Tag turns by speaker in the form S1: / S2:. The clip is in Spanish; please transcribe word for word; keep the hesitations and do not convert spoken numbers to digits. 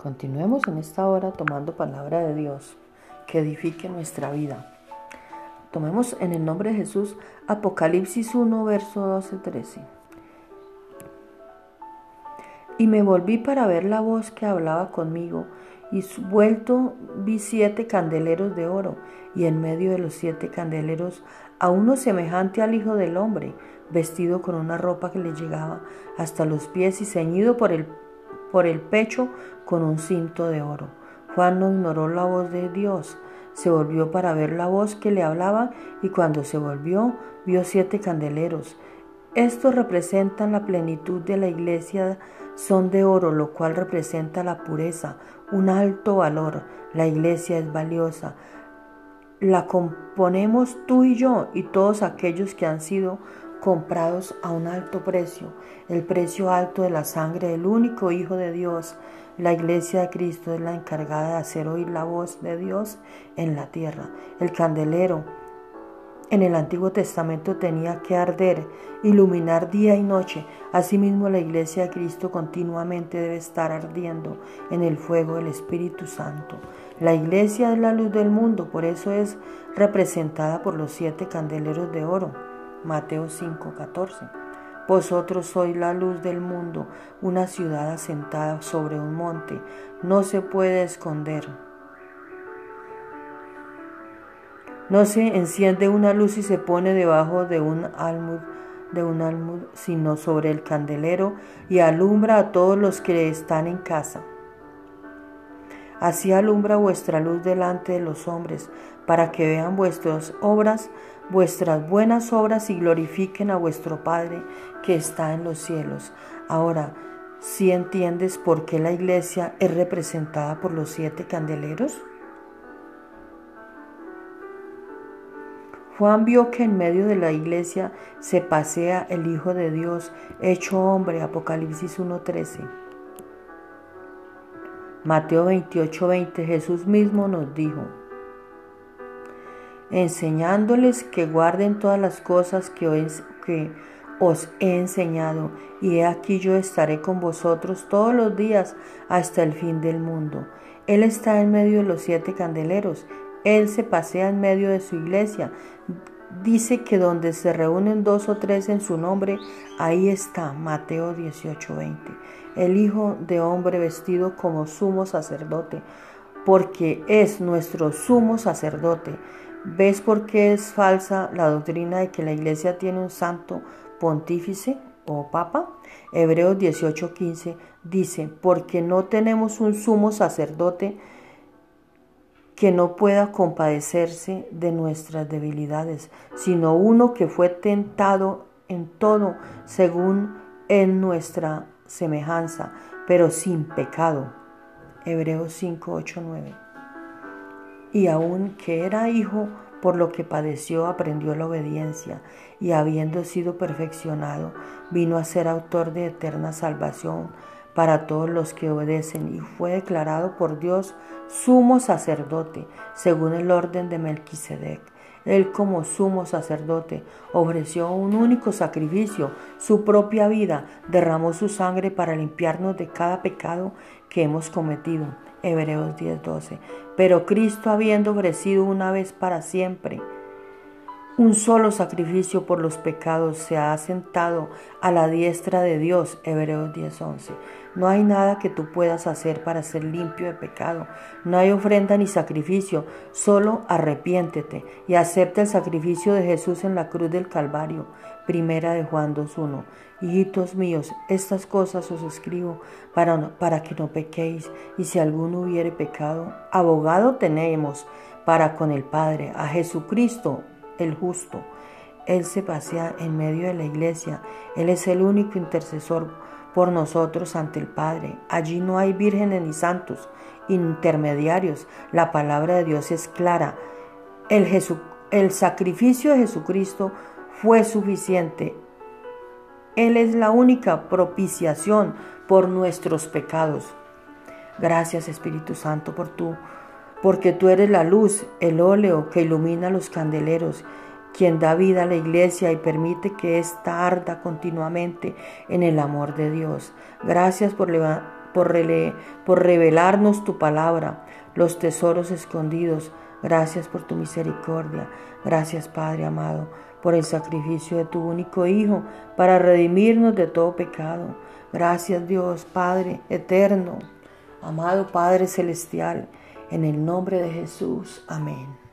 S1: Continuemos en esta hora tomando palabra de Dios que edifique nuestra vida. Tomemos en el nombre de Jesús Apocalipsis uno, verso doce trece. Y me volví para ver la voz que hablaba conmigo, y vuelto vi siete candeleros de oro, y en medio de los siete candeleros a uno semejante al Hijo del Hombre, vestido con una ropa que le llegaba hasta los pies y ceñido por el, por el pecho con un cinto de oro. Juan no ignoró la voz de Dios, se volvió para ver la voz que le hablaba, y cuando se volvió, vio siete candeleros. Estos representan la plenitud de la iglesia, son de oro, lo cual representa la pureza, un alto valor. La iglesia es valiosa. La componemos tú y yo y todos aquellos que han sido comprados a un alto precio, el precio alto de la sangre del único Hijo de Dios. La iglesia de Cristo es la encargada de hacer oír la voz de Dios en la tierra. El candelero en el Antiguo Testamento tenía que arder, iluminar día y noche. Asimismo, la iglesia de Cristo continuamente debe estar ardiendo en el fuego del Espíritu Santo. La iglesia es la luz del mundo, por eso es representada por los siete candeleros de oro. Mateo cinco, catorce. Vosotros sois la luz del mundo, una ciudad asentada sobre un monte, no se puede esconder. No se enciende una luz y se pone debajo de un almud, de un almud, sino sobre el candelero, y alumbra a todos los que están en casa. Así alumbra vuestra luz delante de los hombres, para que vean vuestras obras, vuestras buenas obras, y glorifiquen a vuestro Padre que está en los cielos. Ahora, ¿sí entiendes por qué la iglesia es representada por los siete candeleros? Juan vio que en medio de la iglesia se pasea el Hijo de Dios, hecho hombre, Apocalipsis uno trece. Mateo veintiocho veinte, Jesús mismo nos dijo, enseñándoles que guarden todas las cosas que os, que os he enseñado, y he aquí yo estaré con vosotros todos los días hasta el fin del mundo. Él está en medio de los siete candeleros. Él se pasea en medio de su iglesia. Dice que donde se reúnen dos o tres en su nombre, ahí está. Mateo dieciocho veinte. El Hijo de Hombre vestido como sumo sacerdote, porque es nuestro sumo sacerdote. ¿Ves por qué es falsa la doctrina de que la iglesia tiene un santo pontífice o papa? Hebreos dieciocho quince dice, porque no tenemos un sumo sacerdote que no pueda compadecerse de nuestras debilidades, sino uno que fue tentado en todo según en nuestra semejanza, pero sin pecado. Hebreos cinco, ocho, nueve. Y aun que era hijo, por lo que padeció aprendió la obediencia, y habiendo sido perfeccionado, vino a ser autor de eterna salvación para todos los que obedecen, y fue declarado por Dios sumo sacerdote, según el orden de Melquisedec. Él, como sumo sacerdote, ofreció un único sacrificio, su propia vida, derramó su sangre para limpiarnos de cada pecado que hemos cometido. Hebreos diez doce. Pero Cristo, habiendo ofrecido una vez para siempre un solo sacrificio por los pecados, se ha sentado a la diestra de Dios. Hebreos diez once. No hay nada que tú puedas hacer para ser limpio de pecado. No hay ofrenda ni sacrificio, solo arrepiéntete y acepta el sacrificio de Jesús en la cruz del Calvario. Primera de Juan dos uno. Hijitos míos, estas cosas os escribo para, para que no pequéis, y si alguno hubiere pecado, abogado tenemos para con el Padre, a Jesucristo el justo. Él se pasea en medio de la iglesia. Él es el único intercesor por nosotros ante el Padre. Allí no hay vírgenes ni santos intermediarios. La palabra de Dios es clara. El, Jesu, el sacrificio de Jesucristo fue suficiente. Él es la única propiciación por nuestros pecados. Gracias, Espíritu Santo, por tu porque tú eres la luz, el óleo que ilumina los candeleros, quien da vida a la iglesia y permite que ésta arda continuamente en el amor de Dios. Gracias por, por, rele- por revelarnos tu palabra, los tesoros escondidos. Gracias por tu misericordia. Gracias, Padre amado, por el sacrificio de tu único Hijo para redimirnos de todo pecado. Gracias, Dios, Padre eterno, amado Padre celestial, en el nombre de Jesús. Amén.